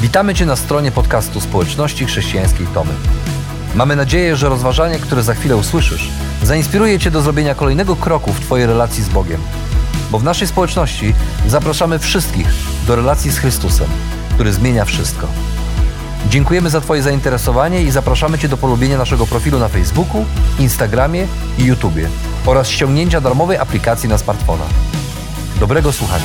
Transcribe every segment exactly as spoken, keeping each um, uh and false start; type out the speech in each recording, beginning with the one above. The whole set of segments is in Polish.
Witamy Cię na stronie podcastu Społeczności Chrześcijańskiej Tomy. Mamy nadzieję, że rozważanie, które za chwilę usłyszysz, zainspiruje Cię do zrobienia kolejnego kroku w Twojej relacji z Bogiem. Bo w naszej społeczności zapraszamy wszystkich do relacji z Chrystusem, który zmienia wszystko. Dziękujemy za Twoje zainteresowanie i zapraszamy Cię do polubienia naszego profilu na Facebooku, Instagramie i YouTubie oraz ściągnięcia darmowej aplikacji na smartfona. Dobrego słuchania.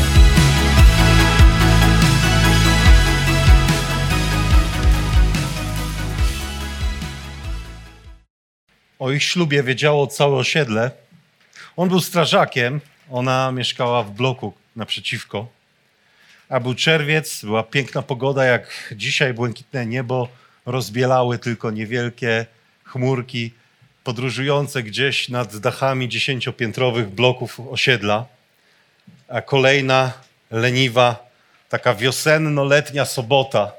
O ich ślubie wiedziało całe osiedle. On był strażakiem, ona mieszkała w bloku naprzeciwko. A był czerwiec, była piękna pogoda, jak dzisiaj błękitne niebo rozbielały tylko niewielkie chmurki podróżujące gdzieś nad dachami dziesięciopiętrowych bloków osiedla. A kolejna leniwa, taka wiosenno-letnia sobota,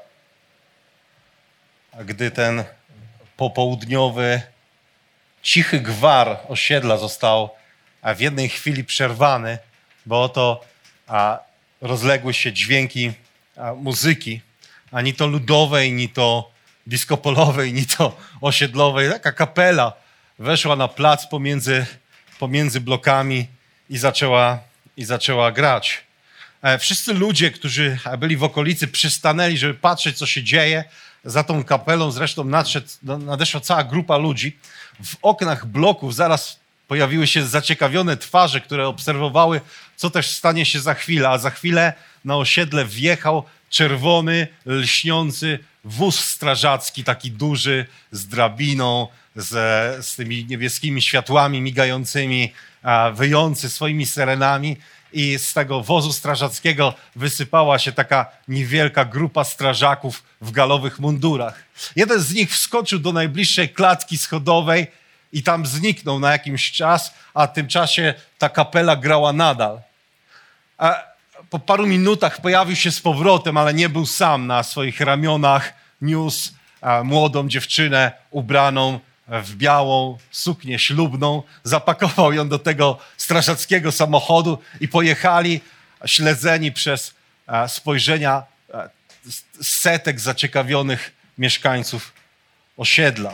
a gdy ten popołudniowy cichy gwar osiedla został a w jednej chwili przerwany, bo oto a, rozległy się dźwięki a, muzyki, ani to ludowej, ni to diskopolowej, ni to osiedlowej. Taka kapela weszła na plac pomiędzy, pomiędzy blokami i zaczęła, i zaczęła grać. E, wszyscy ludzie, którzy byli w okolicy, przystanęli, żeby patrzeć, co się dzieje. Za tą kapelą zresztą nadszedł, nadeszła cała grupa ludzi. W oknach bloków zaraz pojawiły się zaciekawione twarze, które obserwowały, co też stanie się za chwilę. A za chwilę na osiedle wjechał czerwony, lśniący wóz strażacki, taki duży, z drabiną, z, z tymi niebieskimi światłami migającymi, a, wyjący swoimi syrenami. I z tego wozu strażackiego wysypała się taka niewielka grupa strażaków w galowych mundurach. Jeden z nich wskoczył do najbliższej klatki schodowej i tam zniknął na jakiś czas, a w tym czasie ta kapela grała nadal. A po paru minutach pojawił się z powrotem, ale nie był sam. Na swoich ramionach niósł młodą dziewczynę ubraną w białą suknię ślubną, zapakował ją do tego strażackiego samochodu i pojechali, śledzeni przez spojrzenia setek zaciekawionych mieszkańców osiedla.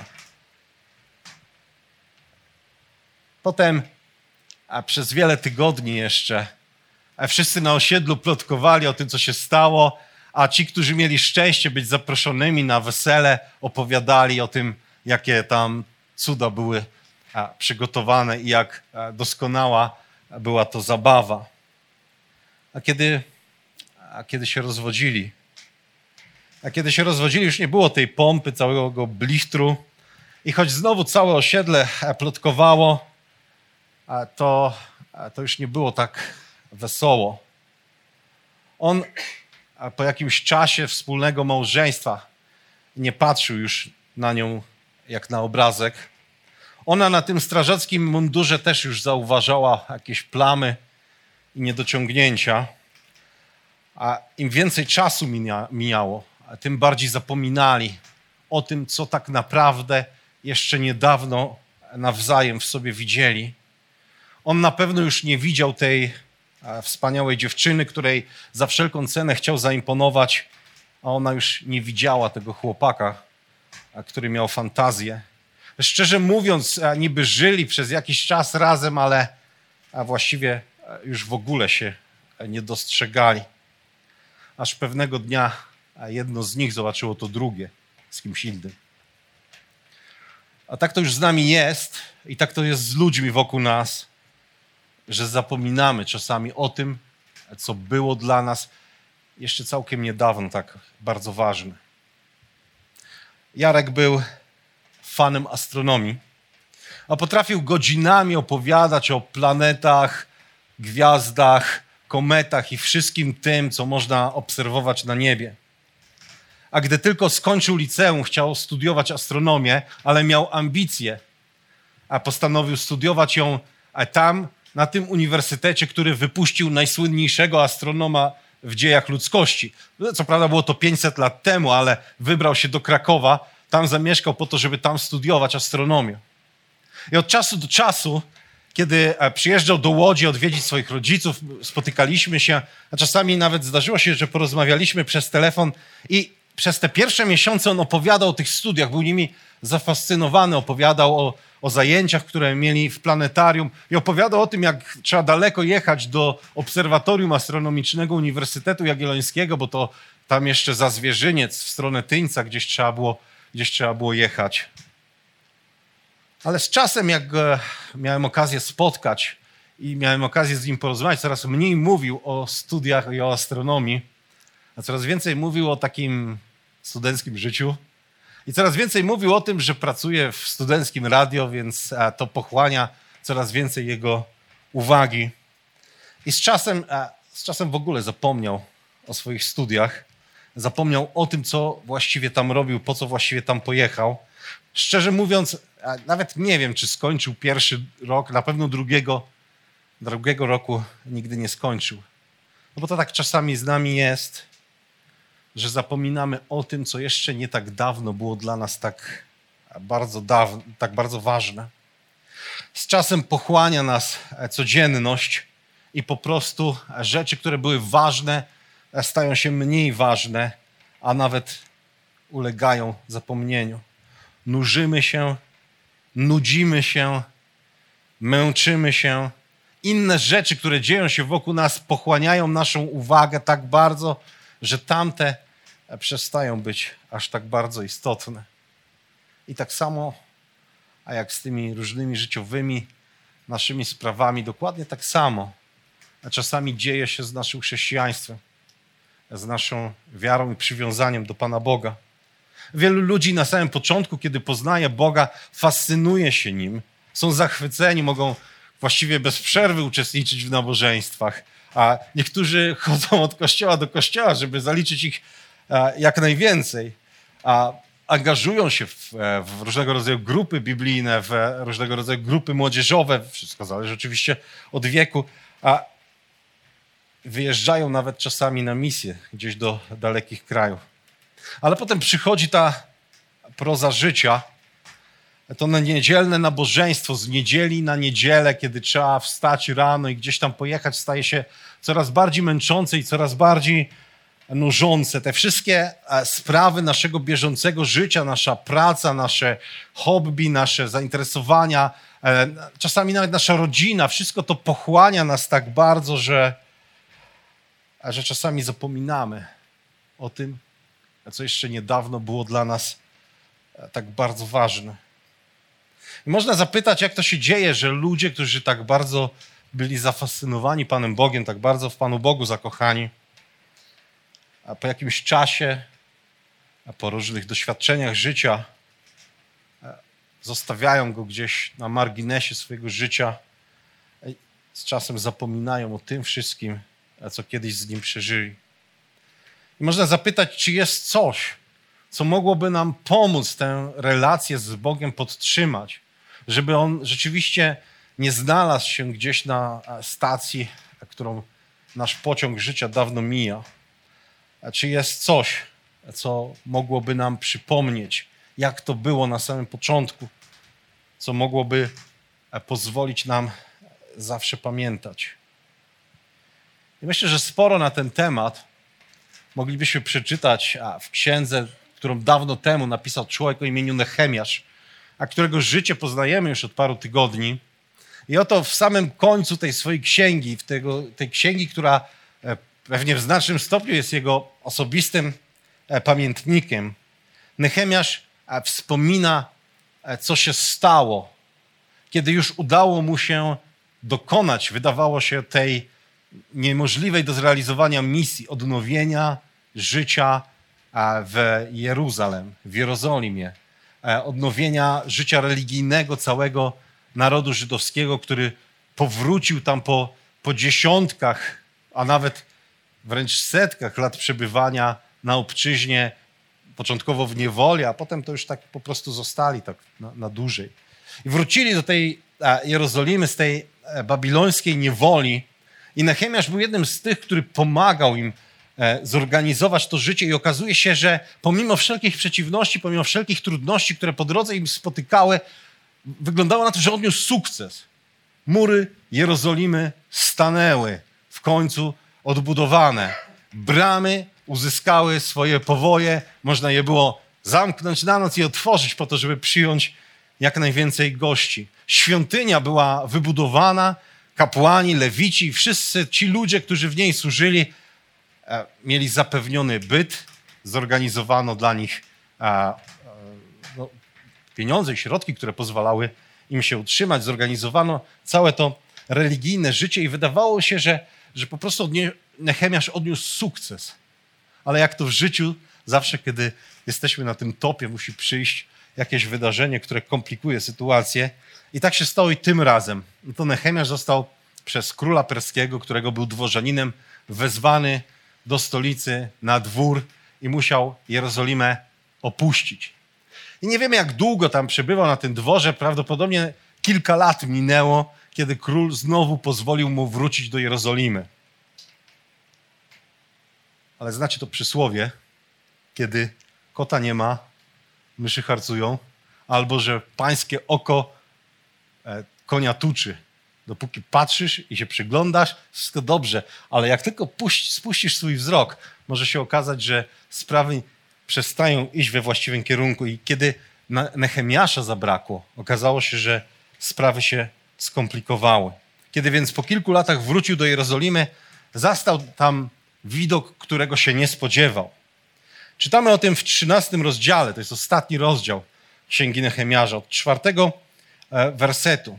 Potem a przez wiele tygodni jeszcze a wszyscy na osiedlu plotkowali o tym, co się stało, a ci, którzy mieli szczęście być zaproszonymi na wesele, opowiadali o tym, jakie tam cuda były a, przygotowane i jak a, doskonała była to zabawa. A kiedy, a kiedy się rozwodzili, a kiedy się rozwodzili, już nie było tej pompy, całego blichtru i choć znowu całe osiedle a, plotkowało, a, to, a, to już nie było tak wesoło. On a, po jakimś czasie wspólnego małżeństwa nie patrzył już na nią jak na obrazek. Ona na tym strażackim mundurze też już zauważała jakieś plamy i niedociągnięcia. A im więcej czasu minia, mijało, a tym bardziej zapominali o tym, co tak naprawdę jeszcze niedawno nawzajem w sobie widzieli. On na pewno już nie widział tej wspaniałej dziewczyny, której za wszelką cenę chciał zaimponować, a ona już nie widziała tego chłopaka, który miał fantazję. Szczerze mówiąc, niby żyli przez jakiś czas razem, ale właściwie już w ogóle się nie dostrzegali. Aż pewnego dnia jedno z nich zobaczyło to drugie z kimś innym. A tak to już z nami jest i tak to jest z ludźmi wokół nas, że zapominamy czasami o tym, co było dla nas jeszcze całkiem niedawno tak bardzo ważne. Jarek był fanem astronomii, a potrafił godzinami opowiadać o planetach, gwiazdach, kometach i wszystkim tym, co można obserwować na niebie. A gdy tylko skończył liceum, chciał studiować astronomię, ale miał ambicje, a postanowił studiować ją tam, na tym uniwersytecie, który wypuścił najsłynniejszego astronoma w dziejach ludzkości. Co prawda było to pięćset lat temu, ale wybrał się do Krakowa, tam zamieszkał po to, żeby tam studiować astronomię. I od czasu do czasu, kiedy przyjeżdżał do Łodzi odwiedzić swoich rodziców, spotykaliśmy się, a czasami nawet zdarzyło się, że porozmawialiśmy przez telefon i przez te pierwsze miesiące on opowiadał o tych studiach, był nimi zafascynowany, opowiadał o, o zajęciach, które mieli w planetarium i opowiadał o tym, jak trzeba daleko jechać do Obserwatorium Astronomicznego Uniwersytetu Jagiellońskiego, bo to tam jeszcze za Zwierzyniec, w stronę Tyńca, gdzieś trzeba było, gdzieś trzeba było jechać. Ale z czasem, jak miałem okazję spotkać i miałem okazję z nim porozmawiać, coraz mniej mówił o studiach i o astronomii, a coraz więcej mówił o takim studenckim życiu i coraz więcej mówił o tym, że pracuje w studenckim radio, więc to pochłania coraz więcej jego uwagi. I z czasem, z czasem w ogóle zapomniał o swoich studiach, zapomniał o tym, co właściwie tam robił, po co właściwie tam pojechał. Szczerze mówiąc, nawet nie wiem, czy skończył pierwszy rok, na pewno drugiego, drugiego roku nigdy nie skończył. No bo to tak czasami z nami jest, że zapominamy o tym, co jeszcze nie tak dawno było dla nas tak bardzo dawno, tak bardzo ważne. Z czasem pochłania nas codzienność i po prostu rzeczy, które były ważne, stają się mniej ważne, a nawet ulegają zapomnieniu. Nużymy się, nudzimy się, męczymy się. Inne rzeczy, które dzieją się wokół nas, pochłaniają naszą uwagę tak bardzo, że tamte przestają być aż tak bardzo istotne. I tak samo, a jak z tymi różnymi życiowymi naszymi sprawami, dokładnie tak samo. A czasami dzieje się z naszym chrześcijaństwem, z naszą wiarą i przywiązaniem do Pana Boga. Wielu ludzi na samym początku, kiedy poznaje Boga, fascynuje się Nim, są zachwyceni, mogą właściwie bez przerwy uczestniczyć w nabożeństwach, a niektórzy chodzą od kościoła do kościoła, żeby zaliczyć ich jak najwięcej, a angażują się w, w różnego rodzaju grupy biblijne, w różnego rodzaju grupy młodzieżowe, wszystko zależy oczywiście od wieku, a wyjeżdżają nawet czasami na misję gdzieś do dalekich krajów. Ale potem przychodzi ta proza życia, to na niedzielne nabożeństwo z niedzieli na niedzielę, kiedy trzeba wstać rano i gdzieś tam pojechać, staje się coraz bardziej męczące i coraz bardziej nużące. Te wszystkie sprawy naszego bieżącego życia, nasza praca, nasze hobby, nasze zainteresowania, czasami nawet nasza rodzina, wszystko to pochłania nas tak bardzo, że, że czasami zapominamy o tym, co jeszcze niedawno było dla nas tak bardzo ważne. I można zapytać, jak to się dzieje, że ludzie, którzy tak bardzo byli zafascynowani Panem Bogiem, tak bardzo w Panu Bogu zakochani, a po jakimś czasie, a po różnych doświadczeniach życia zostawiają Go gdzieś na marginesie swojego życia, z czasem zapominają o tym wszystkim, co kiedyś z Nim przeżyli. I można zapytać, czy jest coś, co mogłoby nam pomóc tę relację z Bogiem podtrzymać, żeby On rzeczywiście nie znalazł się gdzieś na stacji, którą nasz pociąg życia dawno mija. Czy jest coś, co mogłoby nam przypomnieć, jak to było na samym początku, co mogłoby pozwolić nam zawsze pamiętać. I myślę, że sporo na ten temat moglibyśmy przeczytać w księdze, którą dawno temu napisał człowiek o imieniu Nehemiasz, a którego życie poznajemy już od paru tygodni. I oto w samym końcu tej swojej księgi, w tego, tej księgi, która pewnie w znacznym stopniu jest jego osobistym pamiętnikiem, Nehemiasz wspomina, co się stało, kiedy już udało mu się dokonać, wydawało się, tej niemożliwej do zrealizowania misji odnowienia życia w Jeruzalem, w Jerozolimie, odnowienia życia religijnego całego narodu żydowskiego, który powrócił tam po, po dziesiątkach, a nawet wręcz setkach lat przebywania na obczyźnie, początkowo w niewoli, a potem to już tak po prostu zostali tak na, na dłużej. I wrócili do tej Jerozolimy z tej babilońskiej niewoli i Nehemiasz był jednym z tych, który pomagał im zorganizować to życie i okazuje się, że pomimo wszelkich przeciwności, pomimo wszelkich trudności, które po drodze im spotykały, wyglądało na to, że odniósł sukces. Mury Jerozolimy stanęły, w końcu odbudowane. Bramy uzyskały swoje powoje, można je było zamknąć na noc i otworzyć po to, żeby przyjąć jak najwięcej gości. Świątynia była wybudowana, kapłani, lewici, wszyscy ci ludzie, którzy w niej służyli, e, mieli zapewniony byt, zorganizowano dla nich e, e, no, pieniądze i środki, które pozwalały im się utrzymać, zorganizowano całe to religijne życie i wydawało się, że, że po prostu odnie, Nehemiasz odniósł sukces. Ale jak to w życiu, zawsze kiedy jesteśmy na tym topie, musi przyjść jakieś wydarzenie, które komplikuje sytuację. I tak się stało i tym razem. To Nehemiasz został przez króla perskiego, którego był dworzaninem, wezwany do stolicy na dwór i musiał Jerozolimę opuścić. I nie wiemy, jak długo tam przebywał na tym dworze. Prawdopodobnie kilka lat minęło, kiedy król znowu pozwolił mu wrócić do Jerozolimy. Ale znacie to przysłowie, kiedy kota nie ma, myszy harcują, albo że pańskie oko e, konia tuczy. Dopóki patrzysz i się przyglądasz, wszystko dobrze, ale jak tylko puść, spuścisz swój wzrok, może się okazać, że sprawy przestają iść we właściwym kierunku. I kiedy Nehemiasza zabrakło, okazało się, że sprawy się skomplikowały. Kiedy więc po kilku latach wrócił do Jerozolimy, zastał tam widok, którego się nie spodziewał. Czytamy o tym w trzynastym rozdziale, to jest ostatni rozdział Księgi Nehemiasza, od czwartego wersetu.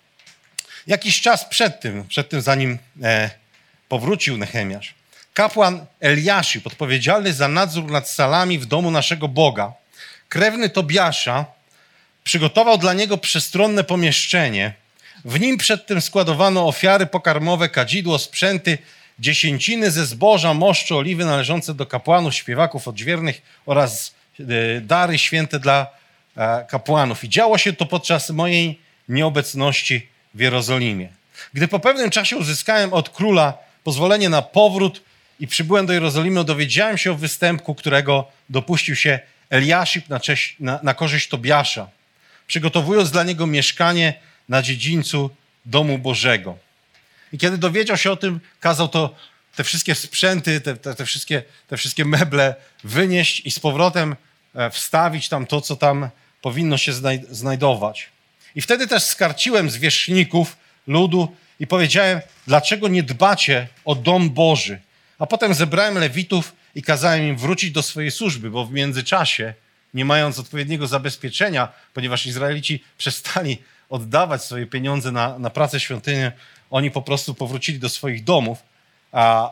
Jakiś czas przed tym, przed tym zanim e, powrócił Nehemiasz, kapłan Eliaszib, odpowiedzialny za nadzór nad salami w domu naszego Boga, krewny Tobiasza, przygotował dla niego przestronne pomieszczenie. W nim przedtem składowano ofiary pokarmowe, kadzidło, sprzęty, dziesięciny ze zboża, moszczu, oliwy należące do kapłanów, śpiewaków odźwiernych oraz e, dary święte dla e, kapłanów. I działo się to podczas mojej nieobecności w Jerozolimie. Gdy po pewnym czasie uzyskałem od króla pozwolenie na powrót i przybyłem do Jerozolimy, dowiedziałem się o występku, którego dopuścił się Eliaszib na, cześć, na, na korzyść Tobiasza, przygotowując dla niego mieszkanie na dziedzińcu domu Bożego. I kiedy dowiedział się o tym, kazał to, te wszystkie sprzęty, te, te, te, wszystkie, te wszystkie meble wynieść i z powrotem wstawić tam to, co tam powinno się znaj- znajdować. I wtedy też skarciłem zwierzchników ludu i powiedziałem, dlaczego nie dbacie o dom Boży? A potem zebrałem lewitów i kazałem im wrócić do swojej służby, bo w międzyczasie, nie mając odpowiedniego zabezpieczenia, ponieważ Izraelici przestali oddawać swoje pieniądze na, na pracę świątynię, oni po prostu powrócili do swoich domów, a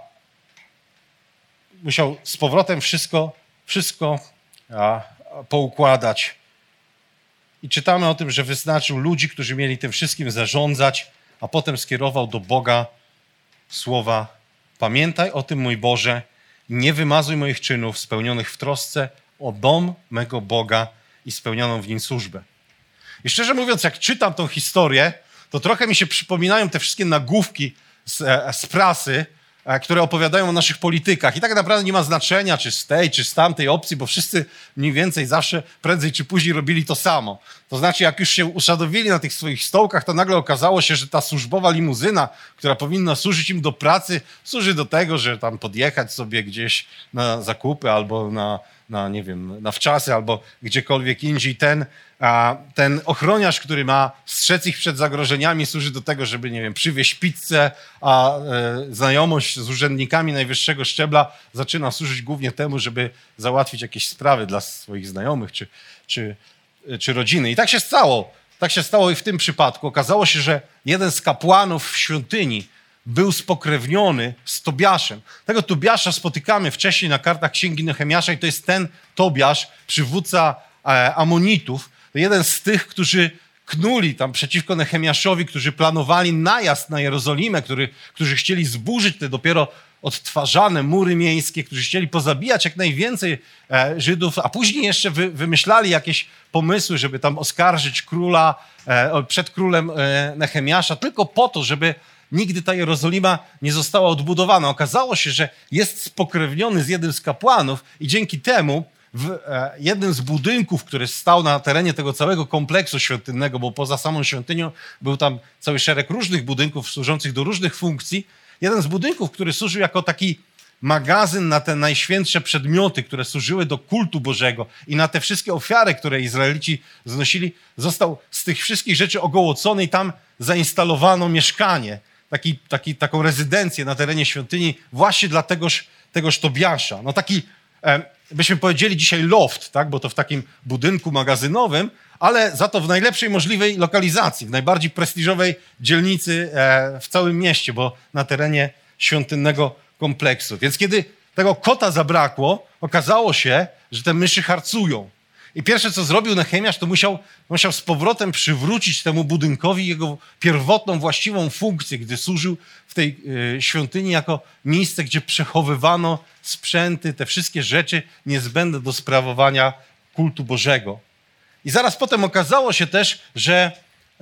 musiał z powrotem wszystko, wszystko a, poukładać. I czytamy o tym, że wyznaczył ludzi, którzy mieli tym wszystkim zarządzać, a potem skierował do Boga słowa: pamiętaj o tym, mój Boże, i nie wymazuj moich czynów spełnionych w trosce o dom mego Boga i spełnioną w nim służbę. I szczerze mówiąc, jak czytam tą historię, to trochę mi się przypominają te wszystkie nagłówki z, z prasy, które opowiadają o naszych politykach. I tak naprawdę nie ma znaczenia, czy z tej, czy z tamtej opcji, bo wszyscy mniej więcej zawsze prędzej czy później robili to samo. To znaczy, jak już się usadowili na tych swoich stołkach, to nagle okazało się, że ta służbowa limuzyna, która powinna służyć im do pracy, służy do tego, że tam podjechać sobie gdzieś na zakupy albo na, na nie wiem, na wczasy, albo gdziekolwiek indziej. Ten, a, ten ochroniarz, który ma strzec ich przed zagrożeniami, służy do tego, żeby, nie wiem, przywieźć pizzę, a e, znajomość z urzędnikami najwyższego szczebla zaczyna służyć głównie temu, żeby załatwić jakieś sprawy dla swoich znajomych czy, czy, czy rodziny. I tak się stało. Tak się stało i w tym przypadku. Okazało się, że jeden z kapłanów w świątyni był spokrewniony z Tobiaszem. Tego Tobiasza spotykamy wcześniej na kartach Księgi Nehemiasza i to jest ten Tobiasz, przywódca e, Amonitów. To jeden z tych, którzy knuli tam przeciwko Nehemiaszowi, którzy planowali najazd na Jerozolimę, który, którzy chcieli zburzyć te dopiero odtwarzane mury miejskie, którzy chcieli pozabijać jak najwięcej e, Żydów, a później jeszcze wy, wymyślali jakieś pomysły, żeby tam oskarżyć króla e, przed królem e, Nehemiasza, tylko po to, żeby nigdy ta Jerozolima nie została odbudowana. Okazało się, że jest spokrewniony z jednym z kapłanów i dzięki temu w e, jednym z budynków, który stał na terenie tego całego kompleksu świątynnego, bo poza samą świątynią był tam cały szereg różnych budynków służących do różnych funkcji. Jeden z budynków, który służył jako taki magazyn na te najświętsze przedmioty, które służyły do kultu Bożego i na te wszystkie ofiary, które Izraelici znosili, został z tych wszystkich rzeczy ogołocony i tam zainstalowano mieszkanie, taki, taki, taką rezydencję na terenie świątyni właśnie dla tegoż, tegoż Tobiasza. No taki, e, byśmy powiedzieli dzisiaj loft, tak? Bo to w takim budynku magazynowym, ale za to w najlepszej możliwej lokalizacji, w najbardziej prestiżowej dzielnicy e, w całym mieście, bo na terenie świątynnego kompleksu. Więc kiedy tego kota zabrakło, okazało się, że te myszy harcują. I pierwsze, co zrobił Nehemiasz, to musiał, musiał z powrotem przywrócić temu budynkowi jego pierwotną, właściwą funkcję, gdy służył w tej y, świątyni jako miejsce, gdzie przechowywano sprzęty, te wszystkie rzeczy niezbędne do sprawowania kultu Bożego. I zaraz potem okazało się też, że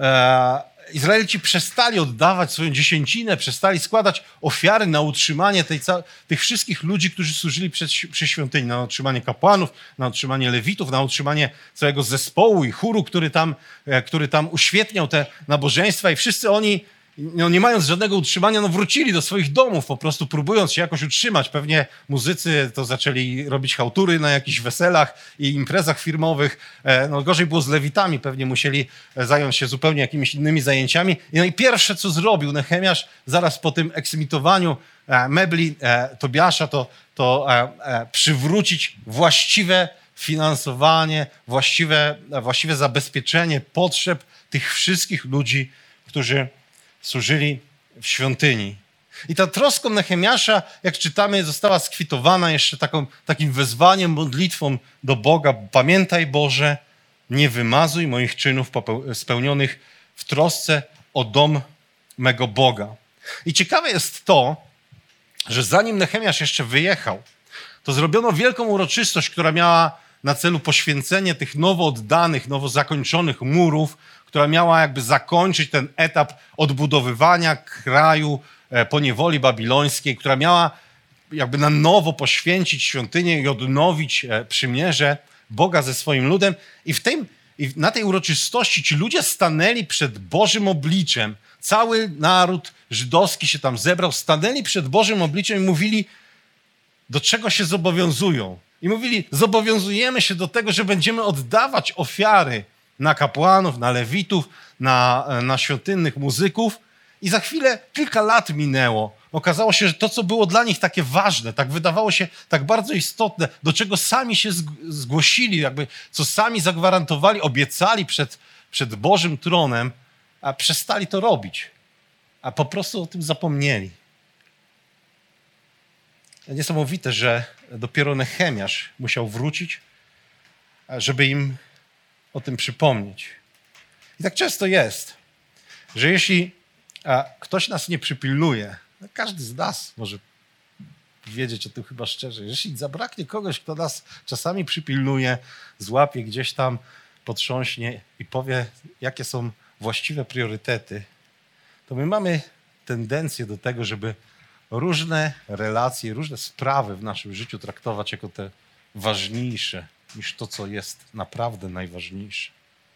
e, Izraelici przestali oddawać swoją dziesięcinę, przestali składać ofiary na utrzymanie tej, tych wszystkich ludzi, którzy służyli przy, przy świątyni, na utrzymanie kapłanów, na utrzymanie lewitów, na utrzymanie całego zespołu i chóru, który tam, który tam uświetniał te nabożeństwa i wszyscy oni, no nie mając żadnego utrzymania, no wrócili do swoich domów, po prostu próbując się jakoś utrzymać. Pewnie muzycy to zaczęli robić chałtury na jakichś weselach i imprezach firmowych. No gorzej było z lewitami, pewnie musieli zająć się zupełnie jakimiś innymi zajęciami. No i pierwsze, co zrobił Nehemiasz zaraz po tym eksmitowaniu mebli Tobiasza, to, to przywrócić właściwe finansowanie, właściwe, właściwe zabezpieczenie potrzeb tych wszystkich ludzi, którzy służyli w świątyni. I ta troską Nehemiasza, jak czytamy, została skwitowana jeszcze taką, takim wezwaniem, modlitwą do Boga. Pamiętaj, Boże, nie wymazuj moich czynów spełnionych w trosce o dom mego Boga. I ciekawe jest to, że zanim Nehemiasz jeszcze wyjechał, to zrobiono wielką uroczystość, która miała na celu poświęcenie tych nowo oddanych, nowo zakończonych murów, która miała jakby zakończyć ten etap odbudowywania kraju po niewoli babilońskiej, która miała jakby na nowo poświęcić świątynię i odnowić przymierze Boga ze swoim ludem. I, w tym, i na tej uroczystości ci ludzie stanęli przed Bożym obliczem. Cały naród żydowski się tam zebrał, stanęli przed Bożym obliczem i mówili, do czego się zobowiązują. I mówili, zobowiązujemy się do tego, że będziemy oddawać ofiary na kapłanów, na lewitów, na, na świątynnych muzyków. I za chwilę, kilka lat minęło. Okazało się, że to, co było dla nich takie ważne, tak wydawało się tak bardzo istotne, do czego sami się zgłosili, jakby co sami zagwarantowali, obiecali przed, przed Bożym tronem, a przestali to robić. A po prostu o tym zapomnieli. Niesamowite, że dopiero Nehemiasz musiał wrócić, żeby im o tym przypomnieć. I tak często jest, że jeśli a, ktoś nas nie przypilnuje, no każdy z nas może wiedzieć o tym chyba szczerze, jeśli zabraknie kogoś, kto nas czasami przypilnuje, złapie gdzieś tam, potrząśnie i powie, jakie są właściwe priorytety, to my mamy tendencję do tego, żeby różne relacje, różne sprawy w naszym życiu traktować jako te ważniejsze niż to, co jest naprawdę najważniejsze.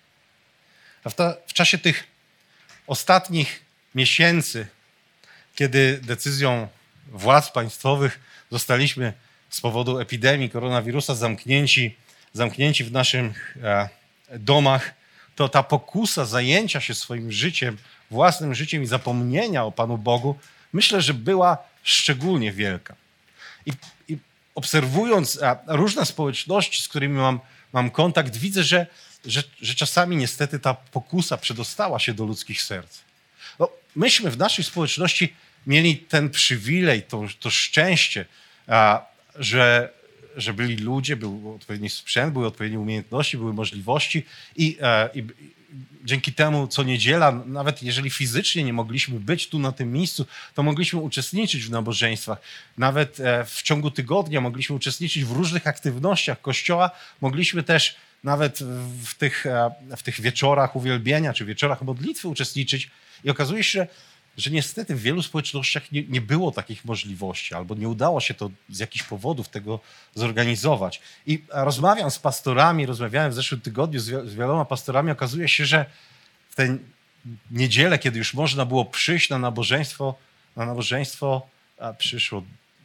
A w, ta, w czasie tych ostatnich miesięcy, kiedy decyzją władz państwowych zostaliśmy z powodu epidemii koronawirusa zamknięci, zamknięci w naszych e, domach, to ta pokusa zajęcia się swoim życiem, własnym życiem i zapomnienia o Panu Bogu, myślę, że była szczególnie wielka. I, i obserwując a, różne społeczności, z którymi mam, mam kontakt, widzę, że, że, że czasami niestety ta pokusa przedostała się do ludzkich serc. No, myśmy w naszej społeczności mieli ten przywilej, to, to szczęście, a, że, że byli ludzie, był odpowiedni sprzęt, były odpowiednie umiejętności, były możliwości i, a, i dzięki temu co niedziela, nawet jeżeli fizycznie nie mogliśmy być tu na tym miejscu, to mogliśmy uczestniczyć w nabożeństwach. Nawet w ciągu tygodnia mogliśmy uczestniczyć w różnych aktywnościach Kościoła. Mogliśmy też nawet w tych, w tych wieczorach uwielbienia czy wieczorach modlitwy uczestniczyć. I okazuje się, że, że niestety w wielu społecznościach nie, nie było takich możliwości albo nie udało się to z jakichś powodów tego zorganizować. I rozmawiam z pastorami, rozmawiałem w zeszłym tygodniu z, z wieloma pastorami, okazuje się, że w tę niedzielę, kiedy już można było przyjść na nabożeństwo, na nabożeństwo a przyszło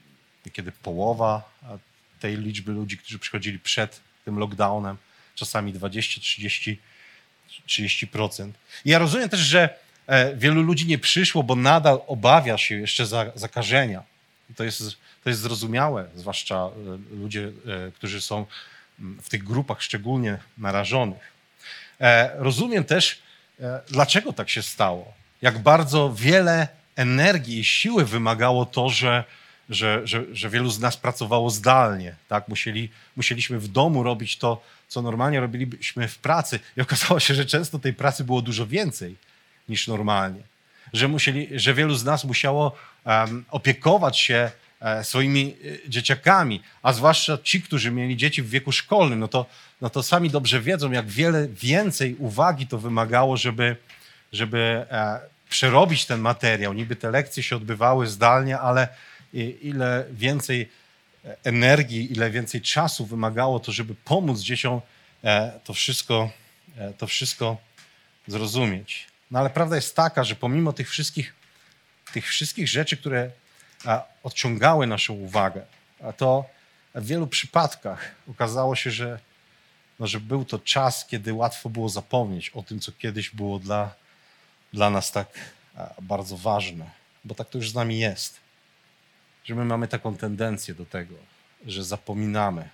Niekiedy połowa tej liczby ludzi, którzy przychodzili przed tym lockdownem, czasami dwadzieścia, trzydzieści, trzydzieści procent. I ja rozumiem też, że wielu ludzi nie przyszło, bo nadal obawia się jeszcze zakażenia. I to jest, to jest zrozumiałe, zwłaszcza ludzie, którzy są w tych grupach szczególnie narażonych. Rozumiem też, dlaczego tak się stało. Jak bardzo wiele energii i siły wymagało to, że, że, że, że wielu z nas pracowało zdalnie. Tak? Musieli, musieliśmy w domu robić to, co normalnie robilibyśmy w pracy. I okazało się, że często tej pracy było dużo więcej niż normalnie. Że, musieli, że wielu z nas musiało um, opiekować się e, swoimi e, dzieciakami, a zwłaszcza ci, którzy mieli dzieci w wieku szkolnym, no to, no to sami dobrze wiedzą, jak wiele więcej uwagi to wymagało, żeby, żeby e, przerobić ten materiał. Niby te lekcje się odbywały zdalnie, ale i, ile więcej energii, ile więcej czasu wymagało to, żeby pomóc dzieciom e, to wszystko, e, to wszystko zrozumieć. No ale prawda jest taka, że pomimo tych wszystkich, tych wszystkich rzeczy, które a, odciągały naszą uwagę, a to w wielu przypadkach okazało się, że, no, że był to czas, kiedy łatwo było zapomnieć o tym, co kiedyś było dla, dla nas tak a, bardzo ważne. Bo tak to już z nami jest. Że my mamy taką tendencję do tego, że zapominamy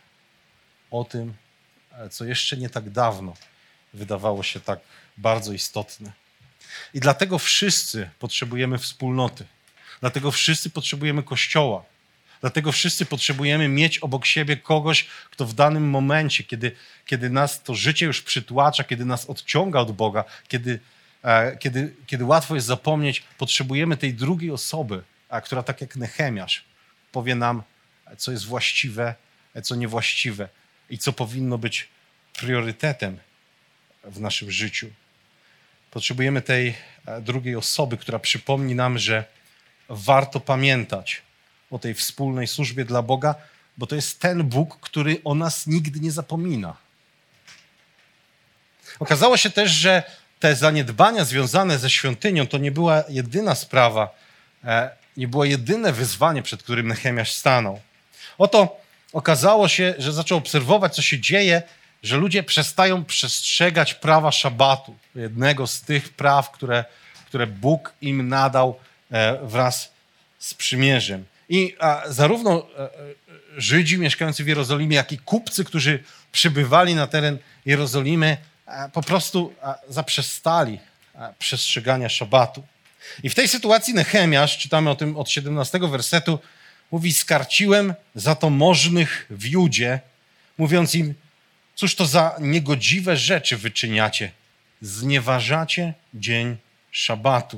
o tym, co jeszcze nie tak dawno wydawało się tak bardzo istotne. I dlatego wszyscy potrzebujemy wspólnoty. Dlatego wszyscy potrzebujemy Kościoła. Dlatego wszyscy potrzebujemy mieć obok siebie kogoś, kto w danym momencie, kiedy, kiedy nas to życie już przytłacza, kiedy nas odciąga od Boga, kiedy, e, kiedy, kiedy łatwo jest zapomnieć, potrzebujemy tej drugiej osoby, a, która tak jak Nehemiasz powie nam, co jest właściwe, co niewłaściwe i co powinno być priorytetem w naszym życiu. Potrzebujemy tej drugiej osoby, która przypomni nam, że warto pamiętać o tej wspólnej służbie dla Boga, bo to jest ten Bóg, który o nas nigdy nie zapomina. Okazało się też, że te zaniedbania związane ze świątynią to nie była jedyna sprawa, nie było jedyne wyzwanie, przed którym Nehemiasz stanął. Oto okazało się, że zaczął obserwować, co się dzieje, że ludzie przestają przestrzegać prawa szabatu, jednego z tych praw, które, które Bóg im nadał wraz z przymierzem. I a, zarówno a, Żydzi mieszkający w Jerozolimie, jak i kupcy, którzy przybywali na teren Jerozolimy, a, po prostu a, zaprzestali a, przestrzegania szabatu. I w tej sytuacji Nehemiasz, czytamy o tym od siedemnastego wersetu, mówi: skarciłem za to możnych w Judzie, mówiąc im: cóż to za niegodziwe rzeczy wyczyniacie? Znieważacie dzień szabatu.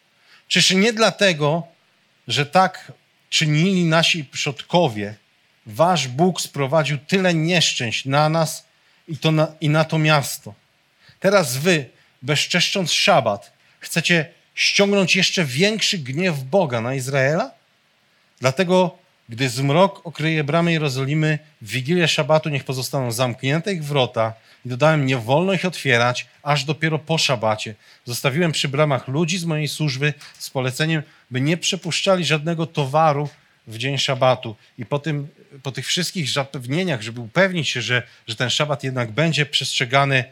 Czyż nie dlatego, że tak czynili nasi przodkowie, wasz Bóg sprowadził tyle nieszczęść na nas i, to na, i na to miasto? Teraz wy, bezczeszcząc szabat, chcecie ściągnąć jeszcze większy gniew Boga na Izraela? Dlatego, gdy zmrok okryje bramy Jerozolimy, w Wigilię szabatu niech pozostaną zamknięte ich wrota i dodałem, nie wolno ich otwierać, aż dopiero po szabacie. Zostawiłem przy bramach ludzi z mojej służby z poleceniem, by nie przepuszczali żadnego towaru w dzień szabatu. I po, tym, po tych wszystkich zapewnieniach, żeby upewnić się, że, że ten szabat jednak będzie przestrzegany,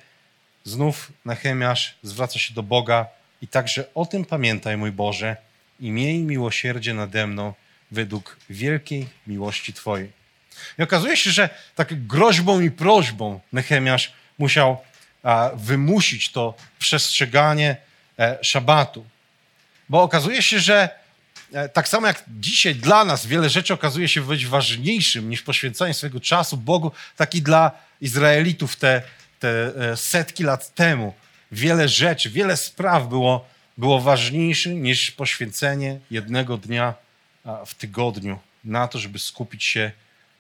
znów Nehemiasz zwraca się do Boga i także o tym pamiętaj, mój Boże, i miej miłosierdzie nade mną według wielkiej miłości Twojej. I okazuje się, że tak groźbą i prośbą Nehemiasz musiał a, wymusić to przestrzeganie e, szabatu. Bo okazuje się, że e, tak samo jak dzisiaj dla nas wiele rzeczy okazuje się być ważniejszym niż poświęcanie swojego czasu Bogu, tak i dla Izraelitów te, te e, setki lat temu wiele rzeczy, wiele spraw było, było ważniejsze niż poświęcenie jednego dnia w tygodniu na to, żeby skupić się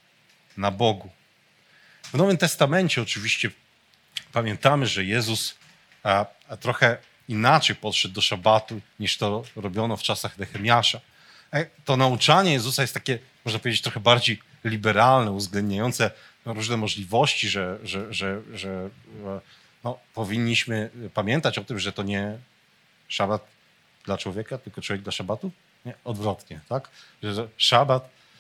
na Bogu. W Nowym Testamencie oczywiście pamiętamy, że Jezus a, a trochę inaczej podszedł do szabatu, niż to robiono w czasach Nehemiasza. To nauczanie Jezusa jest takie, można powiedzieć, trochę bardziej liberalne, uwzględniające różne możliwości, że, że, że, że no, powinniśmy pamiętać o tym, że to nie szabat dla człowieka, tylko człowiek dla szabatu. Nie, odwrotnie, tak? Że szabat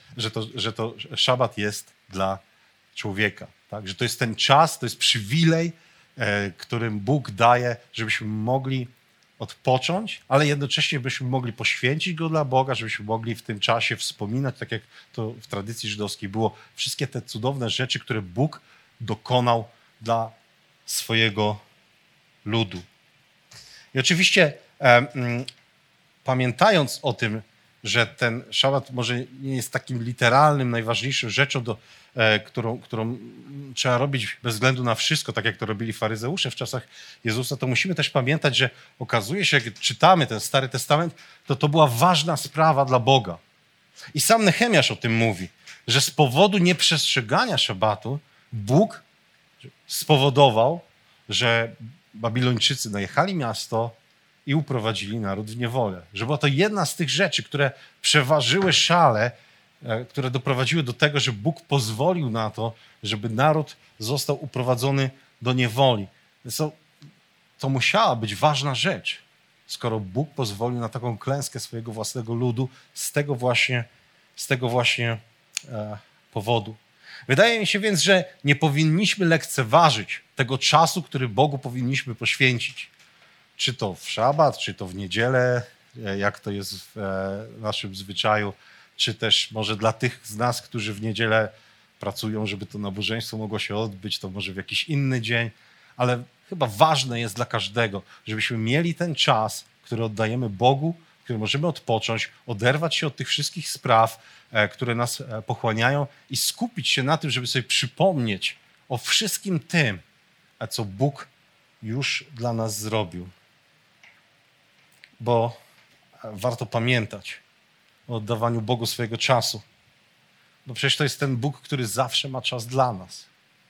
że to, że to szabat jest dla człowieka. Tak? Że to jest ten czas, to jest przywilej, e, którym Bóg daje, żebyśmy mogli odpocząć, ale jednocześnie byśmy mogli poświęcić go dla Boga, żebyśmy mogli w tym czasie wspominać, tak jak to w tradycji żydowskiej było, wszystkie te cudowne rzeczy, które Bóg dokonał dla swojego ludu. I oczywiście e, m, pamiętając o tym, że ten szabat może nie jest takim literalnym, najważniejszą rzeczą, do, e, którą, którą trzeba robić bez względu na wszystko, tak jak to robili faryzeusze w czasach Jezusa, to musimy też pamiętać, że okazuje się, jak czytamy ten Stary Testament, to to była ważna sprawa dla Boga. I sam Nehemiasz o tym mówi, że z powodu nieprzestrzegania szabatu Bóg spowodował, że Babilończycy najechali miasto i uprowadzili naród w niewolę. Że była to jedna z tych rzeczy, które przeważyły szale, które doprowadziły do tego, że Bóg pozwolił na to, żeby naród został uprowadzony do niewoli. To, to musiała być ważna rzecz, skoro Bóg pozwolił na taką klęskę swojego własnego ludu z tego właśnie, z tego właśnie e, powodu. Wydaje mi się więc, że nie powinniśmy lekceważyć tego czasu, który Bogu powinniśmy poświęcić. Czy to w szabat, czy to w niedzielę, jak to jest w naszym zwyczaju, czy też może dla tych z nas, którzy w niedzielę pracują, żeby to nabożeństwo mogło się odbyć, to może w jakiś inny dzień, ale chyba ważne jest dla każdego, żebyśmy mieli ten czas, który oddajemy Bogu, który możemy odpocząć, oderwać się od tych wszystkich spraw, które nas pochłaniają i skupić się na tym, żeby sobie przypomnieć o wszystkim tym, co Bóg już dla nas zrobił. Bo warto pamiętać o oddawaniu Bogu swojego czasu. Bo przecież to jest ten Bóg, który zawsze ma czas dla nas.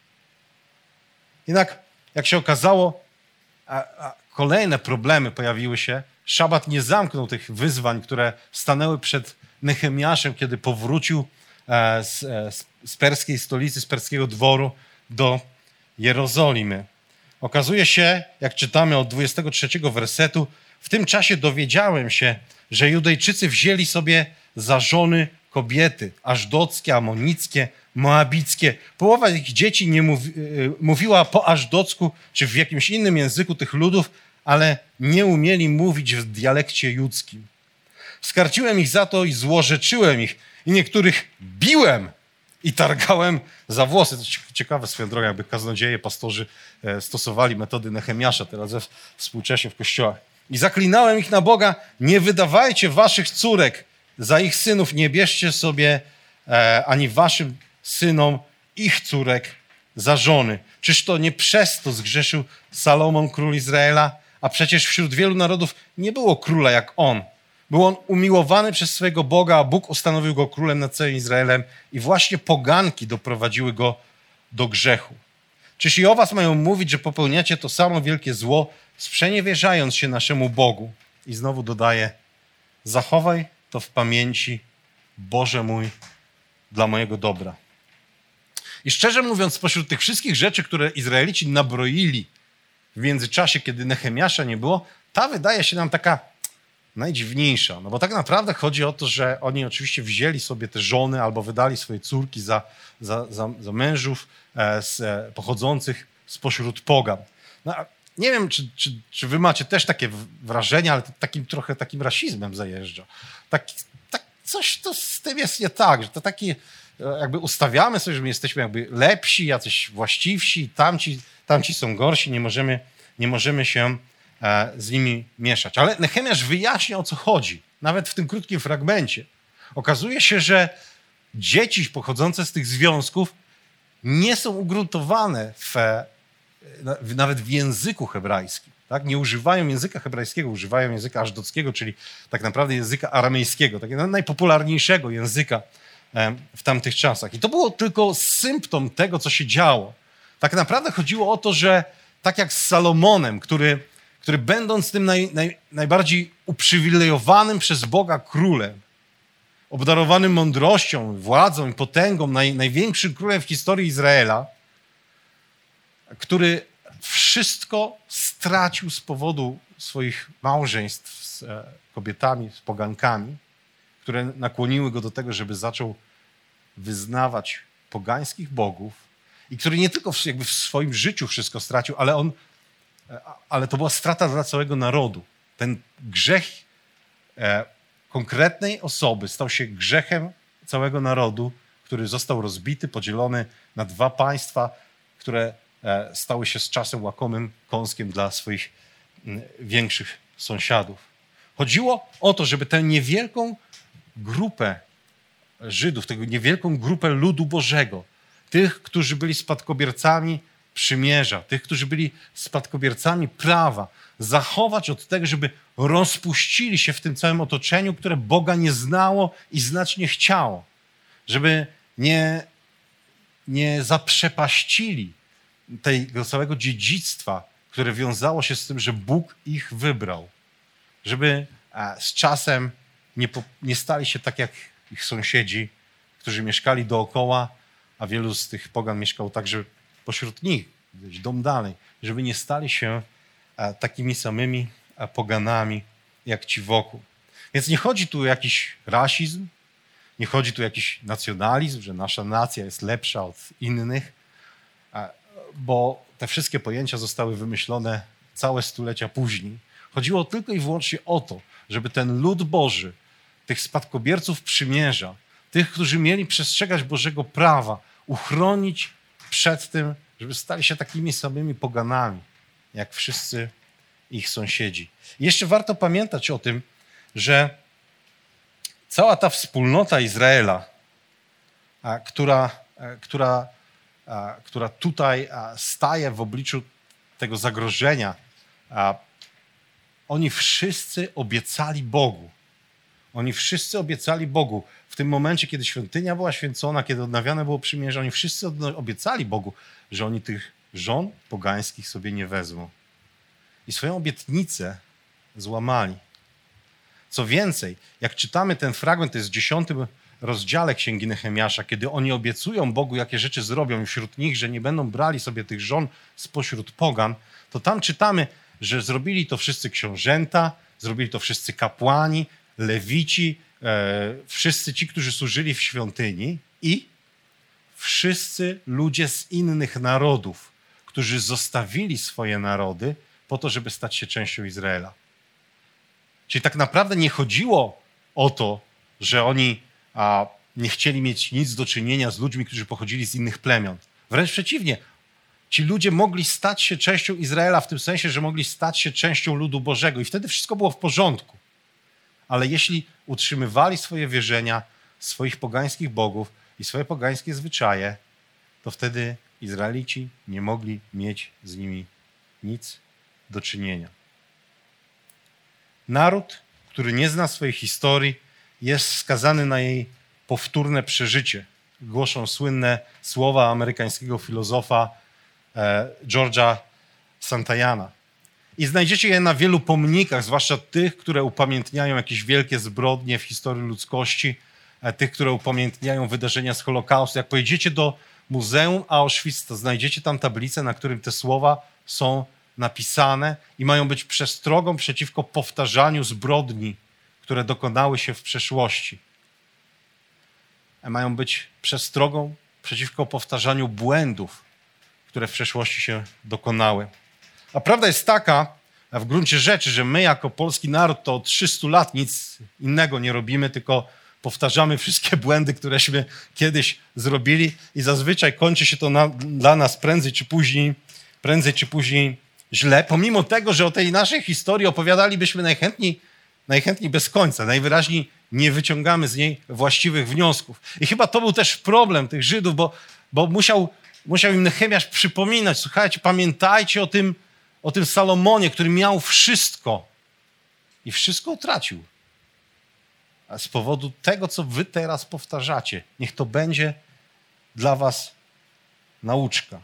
Jednak, jak się okazało, a, a kolejne problemy pojawiły się. Szabat nie zamknął tych wyzwań, które stanęły przed Nehemiaszem, kiedy powrócił e, z, e, z perskiej stolicy, z perskiego dworu do Jerozolimy. Okazuje się, jak czytamy od dwudziestego trzeciego wersetu, w tym czasie dowiedziałem się, że Judejczycy wzięli sobie za żony kobiety ażdockie, amonickie, moabickie. Połowa ich dzieci nie mówi, mówiła po ażdocku czy w jakimś innym języku tych ludów, ale nie umieli mówić w dialekcie judzkim. Skarciłem ich za to i złorzeczyłem ich i niektórych biłem i targałem za włosy. To ciekawe swoją drogą, jakby kaznodzieje, pastorzy stosowali metody Nehemiasza teraz współcześnie w kościołach. I zaklinałem ich na Boga, nie wydawajcie waszych córek za ich synów, nie bierzcie sobie e, ani waszym synom ich córek za żony. Czyż to nie przez to zgrzeszył Salomon, król Izraela? A przecież wśród wielu narodów nie było króla jak on. Był on umiłowany przez swojego Boga, a Bóg ustanowił go królem nad całym Izraelem i właśnie poganki doprowadziły go do grzechu. Czyż i o was mają mówić, że popełniacie to samo wielkie zło, sprzeniewierzając się naszemu Bogu? I znowu dodaje, zachowaj to w pamięci, Boże mój, dla mojego dobra. I szczerze mówiąc, spośród tych wszystkich rzeczy, które Izraelici nabroili w międzyczasie, kiedy Nehemiasza nie było, ta wydaje się nam taka najdziwniejsza. No bo tak naprawdę chodzi o to, że oni oczywiście wzięli sobie te żony albo wydali swoje córki za, za, za, za mężów e, z, e, pochodzących spośród pogan. No, nie wiem, czy, czy, czy wy macie też takie wrażenie, ale to takim trochę takim rasizmem zajeżdża. Tak, tak, coś to z tym jest nie tak, że to taki jakby ustawiamy sobie, że my jesteśmy jakby lepsi, jacyś właściwsi, tamci, tamci są gorsi, nie możemy, nie możemy się e, z nimi mieszać. Ale Nehemiasz wyjaśnia, o co chodzi, nawet w tym krótkim fragmencie. Okazuje się, że dzieci pochodzące z tych związków nie są ugruntowane w, w, nawet w języku hebrajskim. Tak? Nie używają języka hebrajskiego, używają języka ażdockiego, czyli tak naprawdę języka aramejskiego, takiego najpopularniejszego języka w tamtych czasach. I to było tylko symptom tego, co się działo. Tak naprawdę chodziło o to, że tak jak z Salomonem, który, który będąc tym naj, naj, najbardziej uprzywilejowanym przez Boga królem, obdarowanym mądrością, władzą i potęgą, naj, największym królem w historii Izraela, który wszystko stracił z powodu swoich małżeństw z kobietami, z pogankami, które nakłoniły go do tego, żeby zaczął wyznawać pogańskich bogów i który nie tylko w, jakby w swoim życiu wszystko stracił, ale on, ale to była strata dla całego narodu. Ten grzech e, konkretnej osoby stał się grzechem całego narodu, który został rozbity, podzielony na dwa państwa, które e, stały się z czasem łakomym kąskiem dla swoich m, większych sąsiadów. Chodziło o to, żeby tę niewielką grupę Żydów, tę niewielką grupę ludu Bożego, tych, którzy byli spadkobiercami przymierza, tych, którzy byli spadkobiercami prawa, zachować od tego, żeby rozpuścili się w tym całym otoczeniu, które Boga nie znało i znać nie chciało. Żeby nie, nie zaprzepaścili tego całego dziedzictwa, które wiązało się z tym, że Bóg ich wybrał. Żeby z czasem nie, po, nie stali się tak jak ich sąsiedzi, którzy mieszkali dookoła, a wielu z tych pogan mieszkało także pośród nich, gdzieś dom dalej, żeby nie stali się takimi samymi poganami jak ci wokół. Więc nie chodzi tu o jakiś rasizm, nie chodzi tu o jakiś nacjonalizm, że nasza nacja jest lepsza od innych, bo te wszystkie pojęcia zostały wymyślone całe stulecia później. Chodziło tylko i wyłącznie o to, żeby ten lud Boży, tych spadkobierców przymierza, tych, którzy mieli przestrzegać Bożego prawa, uchronić przed tym, żeby stali się takimi samymi poganami, jak wszyscy ich sąsiedzi. I jeszcze warto pamiętać o tym, że cała ta wspólnota Izraela, a, która, a, która, a, która tutaj a, staje w obliczu tego zagrożenia, a, oni wszyscy obiecali Bogu. Oni wszyscy obiecali Bogu. W tym momencie, kiedy świątynia była święcona, kiedy odnawiane było przymierze, oni wszyscy obiecali Bogu, że oni tych żon pogańskich sobie nie wezmą. I swoją obietnicę złamali. Co więcej, jak czytamy ten fragment, to jest w dziesiątym rozdziale Księgi Nehemiasza, kiedy oni obiecują Bogu, jakie rzeczy zrobią i wśród nich, że nie będą brali sobie tych żon spośród pogan, to tam czytamy, że zrobili to wszyscy książęta, zrobili to wszyscy kapłani, lewici, e, wszyscy ci, którzy służyli w świątyni i wszyscy ludzie z innych narodów, którzy zostawili swoje narody po to, żeby stać się częścią Izraela. Czyli tak naprawdę nie chodziło o to, że oni a, nie chcieli mieć nic do czynienia z ludźmi, którzy pochodzili z innych plemion. Wręcz przeciwnie. Ci ludzie mogli stać się częścią Izraela w tym sensie, że mogli stać się częścią ludu Bożego i wtedy wszystko było w porządku. Ale jeśli utrzymywali swoje wierzenia, swoich pogańskich bogów i swoje pogańskie zwyczaje, to wtedy Izraelici nie mogli mieć z nimi nic do czynienia. Naród, który nie zna swojej historii, jest skazany na jej powtórne przeżycie. Głoszą słynne słowa amerykańskiego filozofa e, George'a Santayana. I znajdziecie je na wielu pomnikach, zwłaszcza tych, które upamiętniają jakieś wielkie zbrodnie w historii ludzkości, e, tych, które upamiętniają wydarzenia z Holokaustu. Jak pojedziecie do Muzeum Auschwitz, to znajdziecie tam tablicę, na którym te słowa są napisane i mają być przestrogą przeciwko powtarzaniu zbrodni, które dokonały się w przeszłości. Mają być przestrogą przeciwko powtarzaniu błędów, które w przeszłości się dokonały. A prawda jest taka, w gruncie rzeczy, że my jako polski naród to od trzystu lat nic innego nie robimy, tylko powtarzamy wszystkie błędy, któreśmy kiedyś zrobili i zazwyczaj kończy się to na, dla nas prędzej czy później, prędzej czy później źle, pomimo tego, że o tej naszej historii opowiadalibyśmy najchętniej, najchętniej bez końca. Najwyraźniej nie wyciągamy z niej właściwych wniosków. I chyba to był też problem tych Żydów, bo, bo musiał, musiał im Nehemiasz przypominać, słuchajcie, pamiętajcie o tym, o tym Salomonie, który miał wszystko i wszystko utracił. A z powodu tego, co wy teraz powtarzacie, niech to będzie dla was nauczka.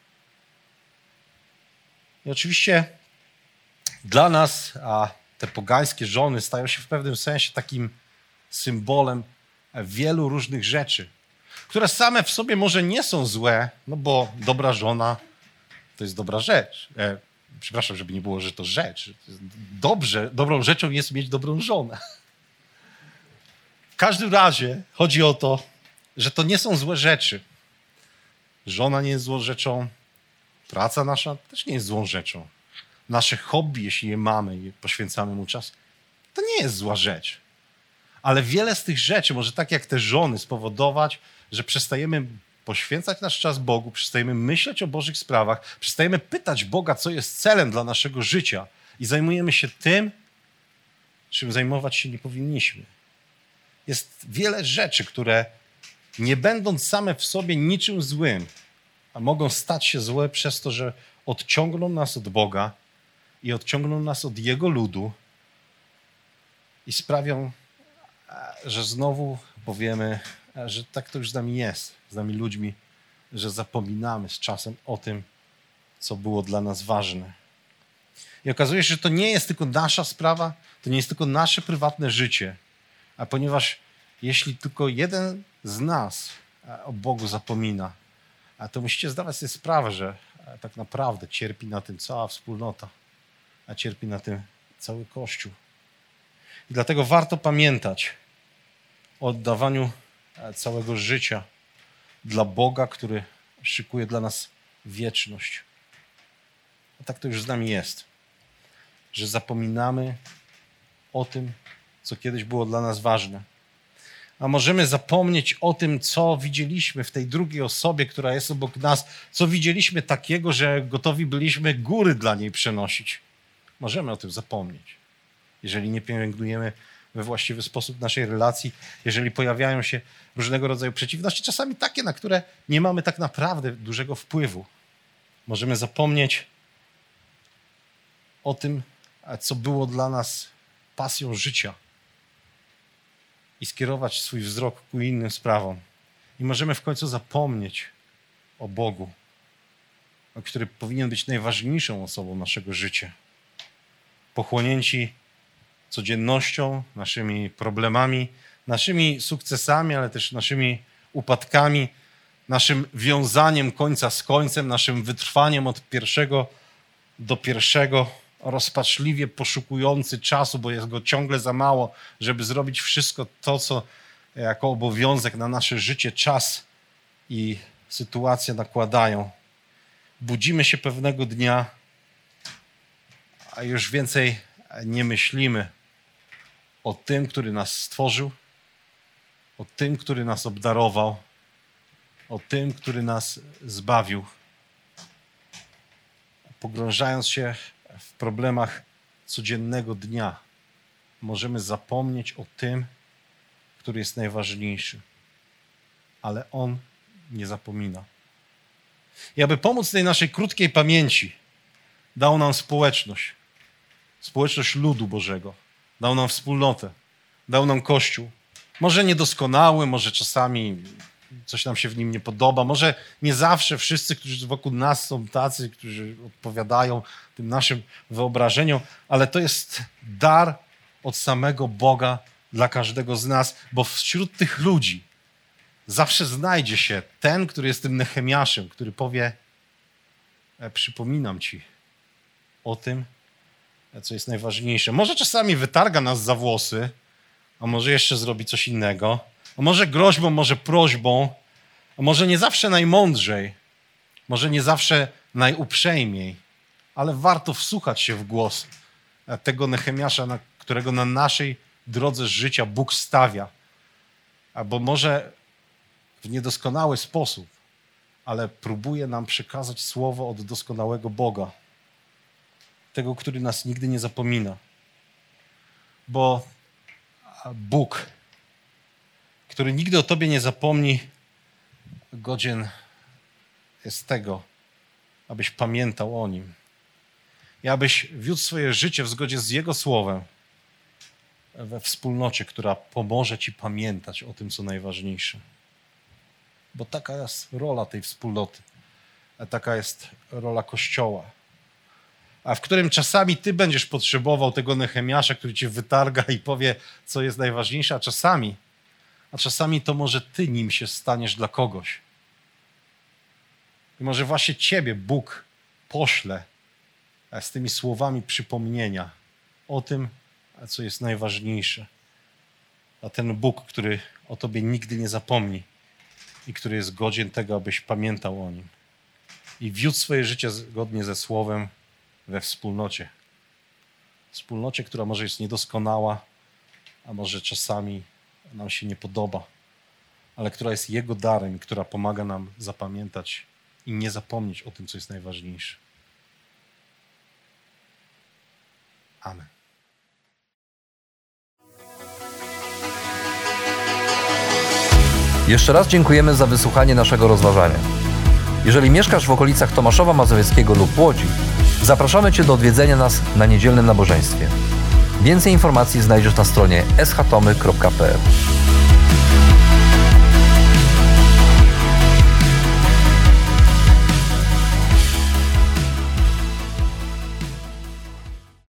I oczywiście dla nas a te pogańskie żony stają się w pewnym sensie takim symbolem wielu różnych rzeczy, które same w sobie może nie są złe, no bo dobra żona to jest dobra rzecz. E, przepraszam, żeby nie było, że to rzecz. Dobrze, dobrą rzeczą jest mieć dobrą żonę. W każdym razie chodzi o to, że to nie są złe rzeczy. Żona nie jest złą rzeczą, praca nasza też nie jest złą rzeczą. Nasze hobby, jeśli je mamy i poświęcamy mu czas, to nie jest zła rzecz. Ale wiele z tych rzeczy może tak jak te żony spowodować, że przestajemy poświęcać nasz czas Bogu, przestajemy myśleć o Bożych sprawach, przestajemy pytać Boga, co jest celem dla naszego życia i zajmujemy się tym, czym zajmować się nie powinniśmy. Jest wiele rzeczy, które nie będąc same w sobie niczym złym, a mogą stać się złe przez to, że odciągną nas od Boga i odciągną nas od Jego ludu i sprawią, że znowu powiemy, że tak to już z nami jest, z nami ludźmi, że zapominamy z czasem o tym, co było dla nas ważne. I okazuje się, że to nie jest tylko nasza sprawa, to nie jest tylko nasze prywatne życie, a ponieważ jeśli tylko jeden z nas o Bogu zapomina, to musicie zdawać sobie sprawę, że tak naprawdę cierpi na tym cała wspólnota, a cierpi na tym cały Kościół. I dlatego warto pamiętać o oddawaniu całego życia dla Boga, który szykuje dla nas wieczność. A tak to już z nami jest, że zapominamy o tym, co kiedyś było dla nas ważne. A możemy zapomnieć o tym, co widzieliśmy w tej drugiej osobie, która jest obok nas, co widzieliśmy takiego, że gotowi byliśmy góry dla niej przenosić. Możemy o tym zapomnieć, jeżeli nie pielęgnujemy we właściwy sposób naszej relacji, jeżeli pojawiają się różnego rodzaju przeciwności, czasami takie, na które nie mamy tak naprawdę dużego wpływu. Możemy zapomnieć o tym, co było dla nas pasją życia i skierować swój wzrok ku innym sprawom. I możemy w końcu zapomnieć o Bogu, który powinien być najważniejszą osobą naszego życia. Pochłonięci codziennością, naszymi problemami, naszymi sukcesami, ale też naszymi upadkami, naszym wiązaniem końca z końcem, naszym wytrwaniem od pierwszego do pierwszego, rozpaczliwie poszukujący czasu, bo jest go ciągle za mało, żeby zrobić wszystko to, co jako obowiązek na nasze życie czas i sytuacja nakładają. Budzimy się pewnego dnia, a już więcej nie myślimy o tym, który nas stworzył, o tym, który nas obdarował, o tym, który nas zbawił. Pogrążając się w problemach codziennego dnia, możemy zapomnieć o tym, który jest najważniejszy. Ale On nie zapomina. I aby pomóc tej naszej krótkiej pamięci, dał nam społeczność. Społeczność ludu Bożego. Dał nam wspólnotę. Dał nam Kościół. Może niedoskonały, może czasami coś nam się w nim nie podoba. Może nie zawsze wszyscy, którzy wokół nas są tacy, którzy odpowiadają tym naszym wyobrażeniom, ale to jest dar od samego Boga dla każdego z nas, bo wśród tych ludzi zawsze znajdzie się ten, który jest tym Nehemiaszem, który powie: e, przypominam ci o tym, co jest najważniejsze. Może czasami wytarga nas za włosy, a może jeszcze zrobi coś innego, a może groźbą, może prośbą, a może nie zawsze najmądrzej, może nie zawsze najuprzejmiej, ale warto wsłuchać się w głos tego Nehemiasza, na którego na naszej drodze życia Bóg stawia. Albo może w niedoskonały sposób, ale próbuje nam przekazać słowo od doskonałego Boga. Tego, który nas nigdy nie zapomina. Bo Bóg, który nigdy o Tobie nie zapomni, godzien jest tego, abyś pamiętał o Nim. I abyś wiódł swoje życie w zgodzie z Jego Słowem we wspólnocie, która pomoże Ci pamiętać o tym, co najważniejsze. Bo taka jest rola tej wspólnoty. A taka jest rola Kościoła. A w którym czasami Ty będziesz potrzebował tego Nehemiasza, który Cię wytarga i powie, co jest najważniejsze, a czasami, a czasami to może Ty nim się staniesz dla kogoś. I może właśnie Ciebie Bóg pośle z tymi słowami przypomnienia o tym, co jest najważniejsze. A ten Bóg, który o Tobie nigdy nie zapomni, i który jest godzien tego, abyś pamiętał o Nim i wiódł swoje życie zgodnie ze Słowem we wspólnocie. Wspólnocie, która może jest niedoskonała, a może czasami nam się nie podoba, ale która jest Jego darem i która pomaga nam zapamiętać i nie zapomnieć o tym, co jest najważniejsze. Amen. Jeszcze raz dziękujemy za wysłuchanie naszego rozważania. Jeżeli mieszkasz w okolicach Tomaszowa Mazowieckiego lub Łodzi, zapraszamy Cię do odwiedzenia nas na niedzielnym nabożeństwie. Więcej informacji znajdziesz na stronie s h tomy kropka p l.